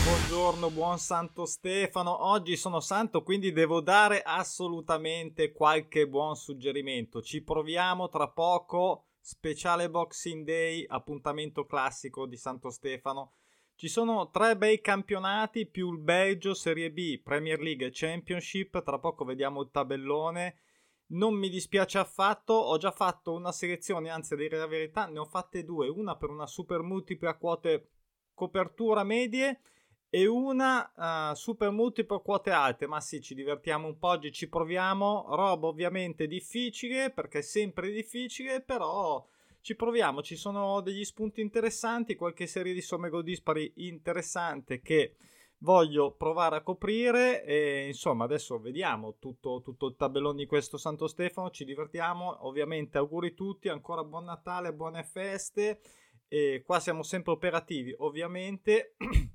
Buongiorno, buon Santo Stefano. Oggi sono santo, quindi devo dare assolutamente qualche buon suggerimento. Ci proviamo tra poco, speciale Boxing Day, appuntamento classico di Santo Stefano. Ci sono 3 bei campionati più il Belgio, Serie B, Premier League e Championship. Tra poco vediamo il tabellone. Non mi dispiace affatto, ho già fatto una selezione, anzi a dire la verità ne ho fatte 2, una per una super multipla quote copertura medie e una super multipla quote alte. Ma sì, ci divertiamo un po', oggi ci proviamo, roba ovviamente difficile perché è sempre difficile, però ci proviamo, ci sono degli spunti interessanti, qualche serie di somme gol dispari interessante che voglio provare a coprire e insomma adesso vediamo tutto il tabellone di questo Santo Stefano, ci divertiamo, ovviamente auguri tutti, ancora buon Natale, buone feste e qua siamo sempre operativi ovviamente.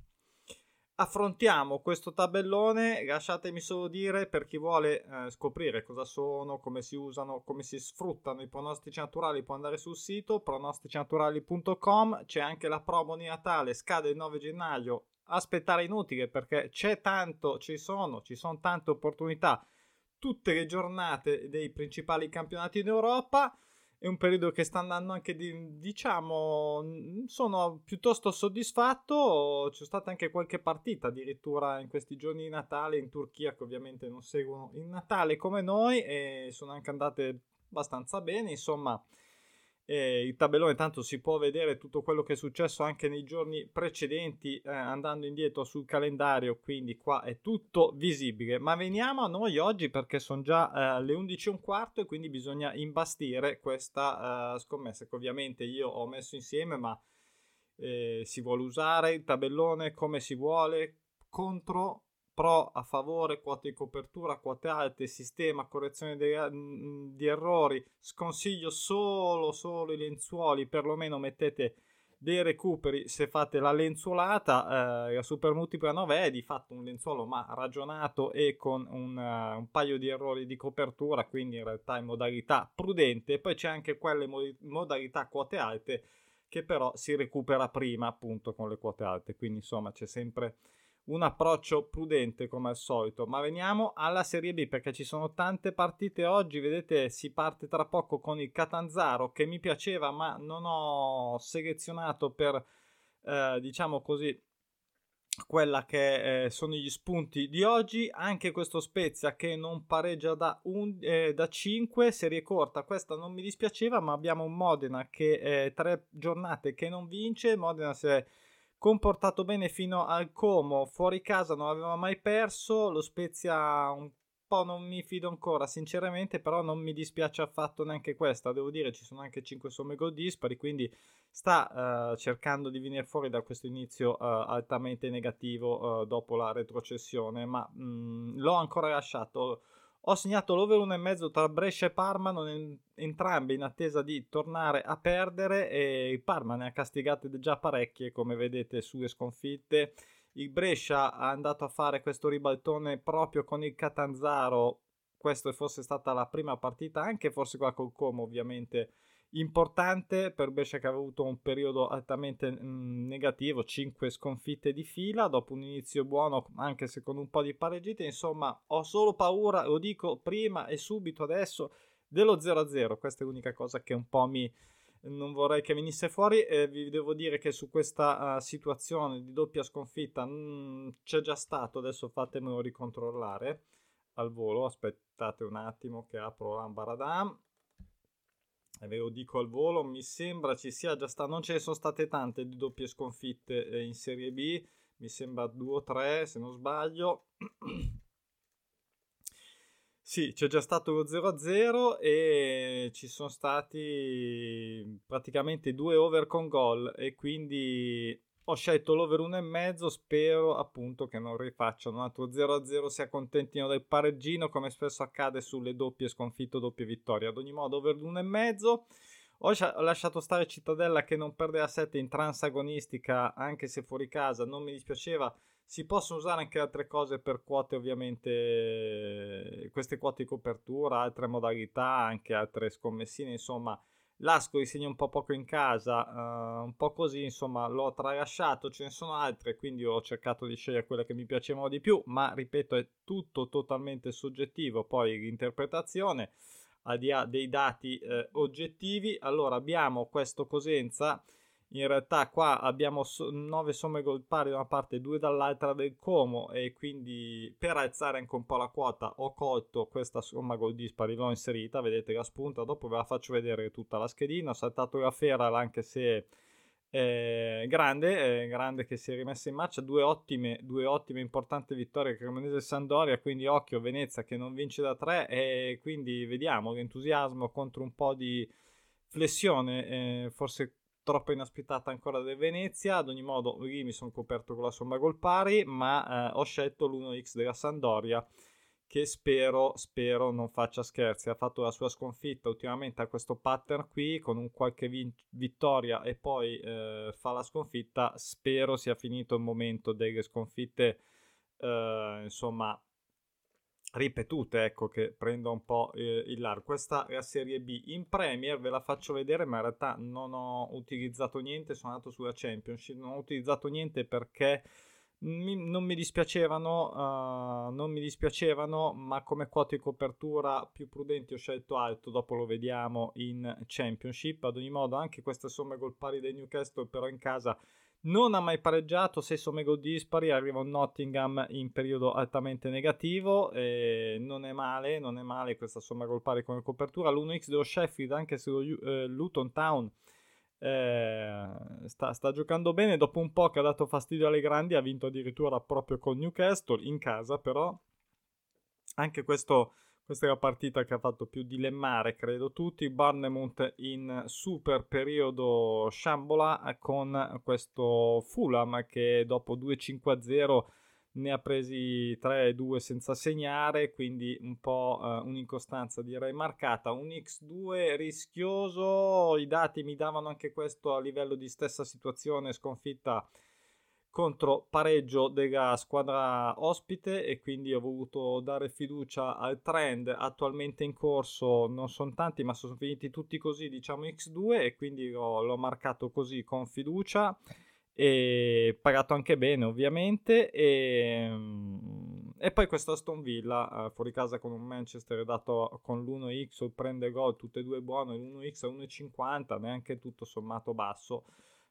Affrontiamo questo tabellone, lasciatemi solo dire per chi vuole scoprire cosa sono, come si usano, come si sfruttano i pronostici naturali, può andare sul sito pronosticinaturali.com, c'è anche la promo di Natale, scade il 9 gennaio, aspettare inutile perché c'è tanto, ci sono tante opportunità, tutte le giornate dei principali campionati d'Europa. È un periodo che sta andando anche diciamo, sono piuttosto soddisfatto, c'è stata anche qualche partita addirittura in questi giorni di Natale in Turchia che ovviamente non seguono il Natale come noi e sono anche andate abbastanza bene, insomma. Il tabellone tanto si può vedere tutto quello che è successo anche nei giorni precedenti andando indietro sul calendario, quindi qua è tutto visibile. Ma veniamo a noi oggi perché sono già le 11:15 e quindi bisogna imbastire questa scommessa che ovviamente io ho messo insieme, ma si vuole usare il tabellone come si vuole, contro, pro, a favore, quote di copertura, quote alte, sistema, correzione di errori. Sconsiglio solo i lenzuoli, perlomeno mettete dei recuperi se fate la lenzuolata. La super multipla 9 è di fatto un lenzuolo ma ragionato e con un paio di errori di copertura, quindi in realtà in modalità prudente. Poi c'è anche quelle modalità quote alte che però si recupera prima appunto con le quote alte, quindi insomma c'è sempre un approccio prudente come al solito. Ma veniamo alla Serie B perché ci sono tante partite oggi, vedete si parte tra poco con il Catanzaro che mi piaceva ma non ho selezionato per diciamo così quella che sono gli spunti di oggi. Anche questo Spezia che non pareggia da 5, serie corta, questa non mi dispiaceva, ma abbiamo un Modena che 3 giornate che non vince. Modena si è comportato bene fino al Como, fuori casa non aveva mai perso. Lo Spezia un po' non mi fido ancora sinceramente, però non mi dispiace affatto neanche questa, devo dire ci sono anche 5 somme gol dispari, quindi sta cercando di venire fuori da questo inizio altamente negativo dopo la retrocessione, ma l'ho ancora lasciato. Ho segnato l'over 1,5 tra Brescia e Parma, entrambi in attesa di tornare a perdere, e il Parma ne ha castigate già parecchie come vedete sulle sconfitte. Il Brescia è andato a fare questo ribaltone proprio con il Catanzaro, questa è forse stata la prima partita, anche forse qua col Como ovviamente, importante per Brescia che aveva avuto un periodo altamente negativo, 5 sconfitte di fila dopo un inizio buono anche se con un po' di pareggite. Insomma ho solo paura, lo dico prima e subito adesso, dello 0-0. Questa è l'unica cosa che un po' non vorrei che venisse fuori. Vi devo dire che su questa situazione di doppia sconfitta c'è già stato, adesso fatemelo ricontrollare al volo, aspettate un attimo che apro l'Ambaradam e ve lo dico al volo, mi sembra ci sia già stato, non ce ne sono state tante di doppie sconfitte in Serie B, mi sembra 2 o 3 se non sbaglio. Sì, c'è già stato lo 0-0 e ci sono stati praticamente 2 over con gol e quindi ho scelto l'over 1,5, spero appunto che non rifacciano un altro 0-0, si accontentino del pareggino come spesso accade sulle doppie sconfitte o doppie vittorie. Ad ogni modo over 1,5. Ho lasciato stare Cittadella che non perde a 7 in transagonistica anche se fuori casa, non mi dispiaceva. Si possono usare anche altre cose per quote ovviamente, queste quote di copertura, altre modalità, anche altre scommessine, insomma l'Ascoli segna un po' poco in casa, un po' così, insomma, l'ho tralasciato. Ce ne sono altre, quindi ho cercato di scegliere quelle che mi piacevano di più, ma ripeto, è tutto totalmente soggettivo, poi l'interpretazione al di là dei dati oggettivi. Allora abbiamo questo Cosenza, in realtà qua abbiamo 9 somme gol pari da una parte e 2 dall'altra del Como, e quindi per alzare anche un po' la quota ho colto questa somma gol dispari, l'ho inserita, vedete la spunta, dopo ve la faccio vedere tutta la schedina. Ho saltato la Feral anche se grande che si è rimessa in marcia, due ottime importanti vittorie, Cremonese e Sampdoria, quindi occhio Venezia che non vince da 3, e quindi vediamo l'entusiasmo contro un po' di flessione, forse troppo inaspettata ancora del Venezia. Ad ogni modo lì mi sono coperto con la somma gol pari, ma ho scelto l'1x della Sampdoria, che spero non faccia scherzi. Ha fatto la sua sconfitta ultimamente a questo pattern qui con un qualche vittoria e poi fa la sconfitta. Spero sia finito il momento delle sconfitte insomma ripetute, ecco, che prendo un po' il largo. Questa è la Serie B. In Premier ve la faccio vedere, ma in realtà non ho utilizzato niente, sono andato sulla Championship, non ho utilizzato niente perché non mi dispiacevano, ma come quote di copertura più prudenti ho scelto alto, dopo lo vediamo in Championship. Ad ogni modo anche queste somme gol pari del Newcastle però in casa non ha mai pareggiato, 6 somme gol dispari, arriva un Nottingham in periodo altamente negativo, e non è male questa somma gol pari come copertura. L'1x dello Sheffield, anche se Luton Town sta giocando bene, dopo un po' che ha dato fastidio alle grandi ha vinto addirittura proprio con Newcastle in casa, però anche questa è la partita che ha fatto più dilemmare, credo tutti. Bournemouth in super periodo sciambola con questo Fulham che dopo 2-5-0 ne ha presi 3-2 senza segnare, quindi un po' un'incostanza direi marcata. Un X2 rischioso, i dati mi davano anche questo a livello di stessa situazione, sconfitta contro pareggio della squadra ospite, e quindi ho voluto dare fiducia al trend attualmente in corso. Non sono tanti, ma sono finiti tutti così, diciamo X2, e quindi l'ho marcato così con fiducia e pagato anche bene ovviamente. E poi questo Aston Villa fuori casa con un Manchester dato con l'1x, prende gol tutte e due buone, l'1x a 1,50, neanche tutto sommato basso.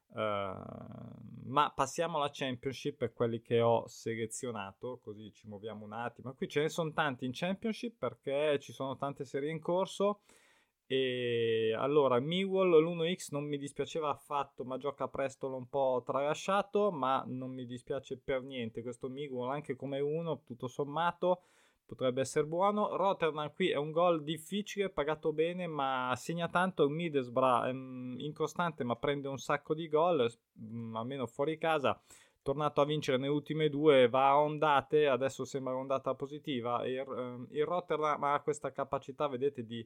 Ma passiamo alla Championship e quelli che ho selezionato, così ci muoviamo un attimo. Qui ce ne sono tanti in Championship perché ci sono tante serie in corso. E allora Millwall l'1x non mi dispiaceva affatto, ma gioca presto, l'ho un po' tralasciato, ma non mi dispiace per niente questo Millwall anche come uno, tutto sommato potrebbe essere buono. Rotterdam qui è un gol difficile, pagato bene, ma segna tanto. Il Middlesbrough è incostante, ma prende un sacco di gol, almeno fuori casa. Tornato a vincere nelle ultime due, va a ondate, adesso sembra ondata positiva. Il Rotterdam ha questa capacità, vedete, di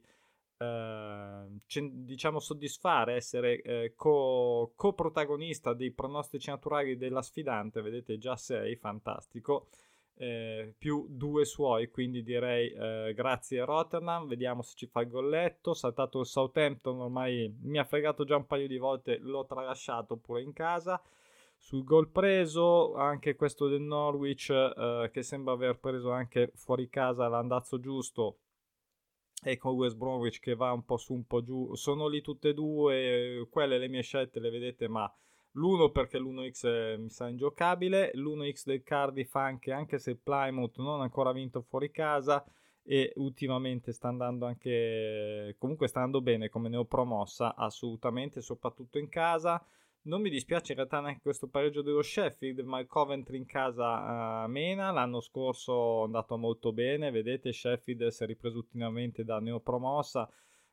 diciamo soddisfare, essere coprotagonista dei pronostici naturali della sfidante. Vedete già 6, fantastico, più 2 suoi, quindi direi grazie Rotterdam. Vediamo se ci fa il golletto. Saltato il Southampton, ormai mi ha fregato già un paio di volte, l'ho tralasciato pure in casa. Sul gol preso anche questo del Norwich, che sembra aver preso anche fuori casa l'andazzo giusto, e con West Bromwich che va un po' su un po' giù. Sono lì tutte e due, quelle le mie scelte le vedete, ma l'1 perché l'1x mi sa ingiocabile, l'1x del Cardiff anche se Plymouth non ha ancora vinto fuori casa e ultimamente sta andando anche, comunque sta andando bene come neopromossa assolutamente, soprattutto in casa. Non mi dispiace in realtà neanche questo pareggio dello Sheffield, ma il Coventry in casa mena. L'anno scorso è andato molto bene, vedete Sheffield si è ripreso ultimamente da neopromossa.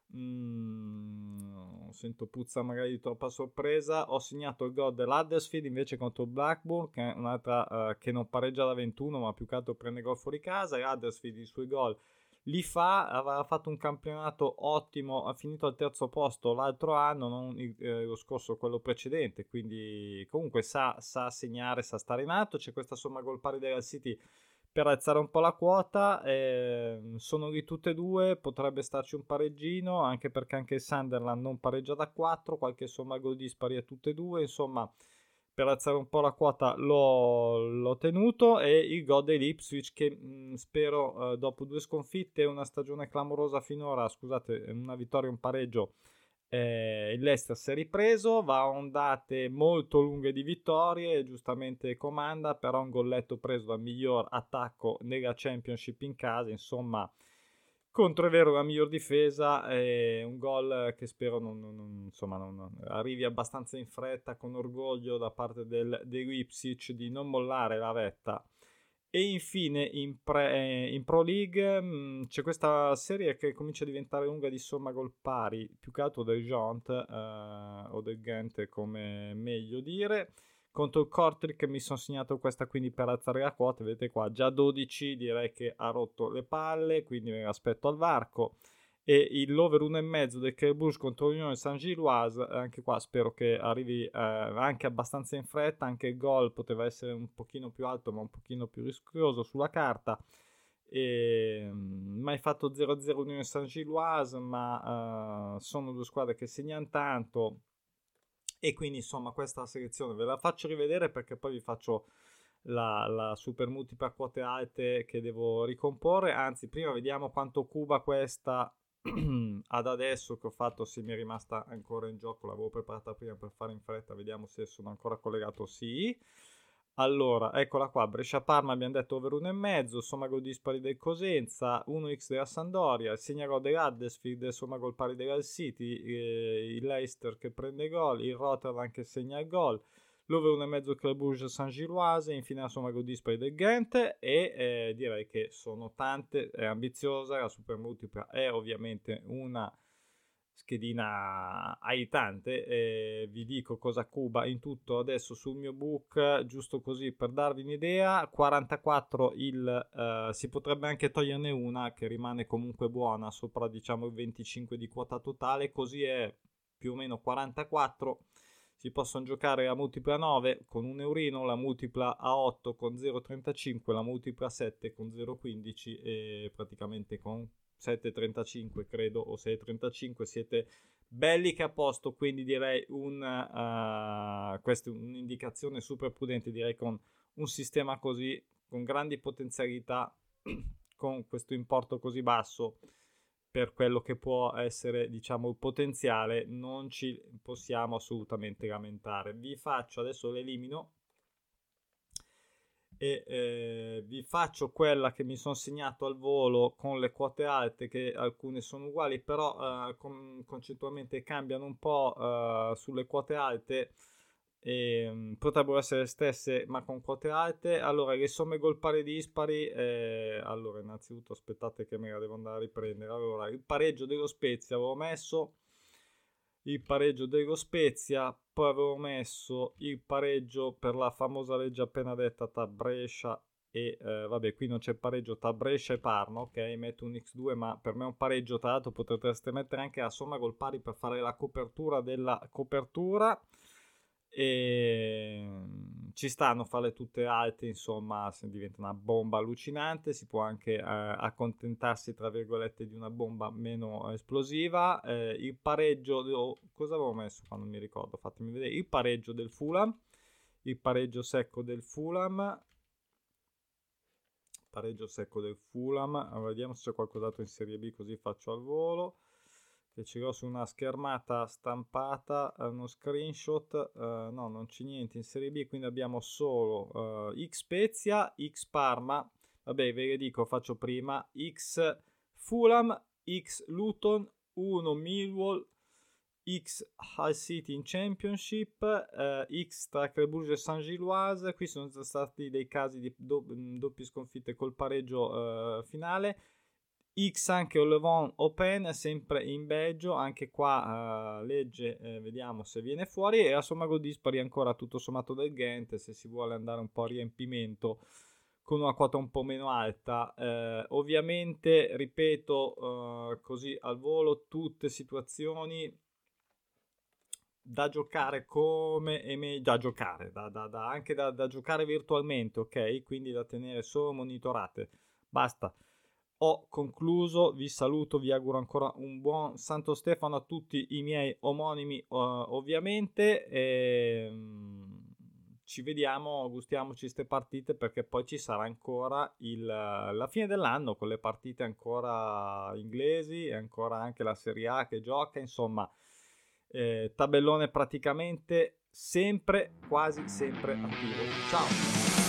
Sento puzza magari di troppa sorpresa. Ho segnato il gol dell'Huddersfield invece contro il Blackburn, che è un'altra che non pareggia da 21 ma più che altro prende gol fuori casa. L'Huddersfield i suoi gol li fa, aveva fatto un campionato ottimo, ha finito al terzo posto l'altro anno, non lo scorso, quello precedente, quindi comunque sa segnare, sa stare in alto. C'è questa somma gol pari della City per alzare un po' la quota. Sono lì tutte e due, potrebbe starci un pareggino, anche perché anche il Sunderland non pareggia da 4, qualche somma gol dispari a tutte e due, insomma per alzare un po' la quota l'ho tenuto, e il gol dell'Ipswich che spero, dopo 2 sconfitte e una stagione clamorosa finora, scusate, una vittoria e un pareggio, il Leicester si è ripreso, va a ondate molto lunghe di vittorie, giustamente comanda, però un golletto preso dal miglior attacco nella Championship in casa, insomma contro è vero la miglior difesa, un gol che spero non arrivi abbastanza in fretta, con orgoglio da parte dell'Ipswich di non mollare la vetta. E infine in Pro League c'è questa serie che comincia a diventare lunga di somma gol pari, più che altro del Jont o del Ghent, come meglio dire, contro il Kortrijk. Mi sono segnato questa quindi per alzare la quota, vedete qua già 12, direi che ha rotto le palle, quindi me l'aspetto al varco. E l'over 1,5 del Cluj contro l'Unione Saint-Gilloise, anche qua spero che arrivi anche abbastanza in fretta, anche il gol poteva essere un pochino più alto ma un pochino più rischioso sulla carta. Mai fatto 0-0 Unione Saint-Gilloise, ma sono due squadre che segnano tanto, e quindi insomma questa selezione ve la faccio rivedere, perché poi vi faccio la super multipla quote alte che devo ricomporre. Anzi, prima vediamo quanto cuba questa ad adesso che ho fatto, se mi è rimasta ancora in gioco. L'avevo preparata prima per fare in fretta, vediamo se sono ancora collegato. Sì, allora eccola qua. Brescia-Parma abbiamo detto over 1,5, somma gol dispari del Cosenza, 1x della Sampdoria, il segna gol dell'Huddersfield, somma gol pari della City, il Leicester che prende gol, il Rotterdam che segna il gol, l'over 1,5 Club Brugge Saint-Gilloise, infine la somma gol dispari del Ghent. E direi che sono tante, è ambiziosa, la super multipla è ovviamente una schedina aiutante. Vi dico cosa cuba in tutto adesso sul mio book, giusto così per darvi un'idea. 44 si potrebbe anche toglierne una che rimane comunque buona, sopra diciamo il 25 di quota totale, così è più o meno 44. Si possono giocare a multipla 9 con un eurino, la multipla a 8 con 0,35, la multipla 7 con 0,15 e praticamente con 7,35 credo o 6,35 siete belli che a posto. Quindi direi questa è un'indicazione super prudente, direi con un sistema così, con grandi potenzialità, con questo importo così basso per quello che può essere diciamo il potenziale, non ci possiamo assolutamente lamentare. Vi faccio adesso, l'elimino e vi faccio quella che mi sono segnato al volo con le quote alte, che alcune sono uguali però concettualmente cambiano un po' sulle quote alte, potrebbero essere le stesse ma con quote alte. Allora, le somme gol pari dispari, allora innanzitutto aspettate che me la devo andare a riprendere. Allora, il pareggio dello Spezia avevo messo il pareggio dello Spezia, poi avevo messo il pareggio per la famosa legge appena detta tra Brescia e vabbè, qui non c'è pareggio tra Brescia e Parma, ok, metto un x2, ma per me è un pareggio. Tra l'altro potreste mettere anche la somma gol pari per fare la copertura della copertura, e ci stanno farle tutte alte, insomma se diventa una bomba allucinante. Si può anche accontentarsi tra virgolette di una bomba meno esplosiva. Il pareggio cosa avevo messo qua, non mi ricordo, fatemi vedere. Il pareggio del Fulham, il pareggio secco del Fulham, pareggio secco del Fulham. Allora, vediamo se c'è qualcos'altro in Serie B, così faccio al volo, che ce l'ho su una schermata stampata, uno screenshot. No, non c'è niente in Serie B, quindi abbiamo solo X Spezia, X Parma, vabbè ve le dico, faccio prima X Fulham, X Luton, 1 Millwall, X Hull City in Championship, X tra Cluj e Saint-Gilloise. Qui sono stati dei casi di doppie sconfitte col pareggio finale. X anche o Levon Open, sempre in Belgio, anche qua legge, vediamo se viene fuori. E la somma gol dispari ancora tutto sommato del Ghent, se si vuole andare un po' a riempimento con una quota un po' meno alta. Ovviamente ripeto, così al volo, tutte situazioni da giocare come da giocare, anche da giocare virtualmente, ok? Quindi da tenere solo monitorate. Basta. Ho concluso, vi saluto, vi auguro ancora un buon Santo Stefano a tutti i miei omonimi, ovviamente. Ci vediamo, gustiamoci ste partite, perché poi ci sarà ancora la fine dell'anno con le partite ancora inglesi e ancora anche la Serie A che gioca, insomma, tabellone praticamente sempre, quasi sempre attivo. Ciao!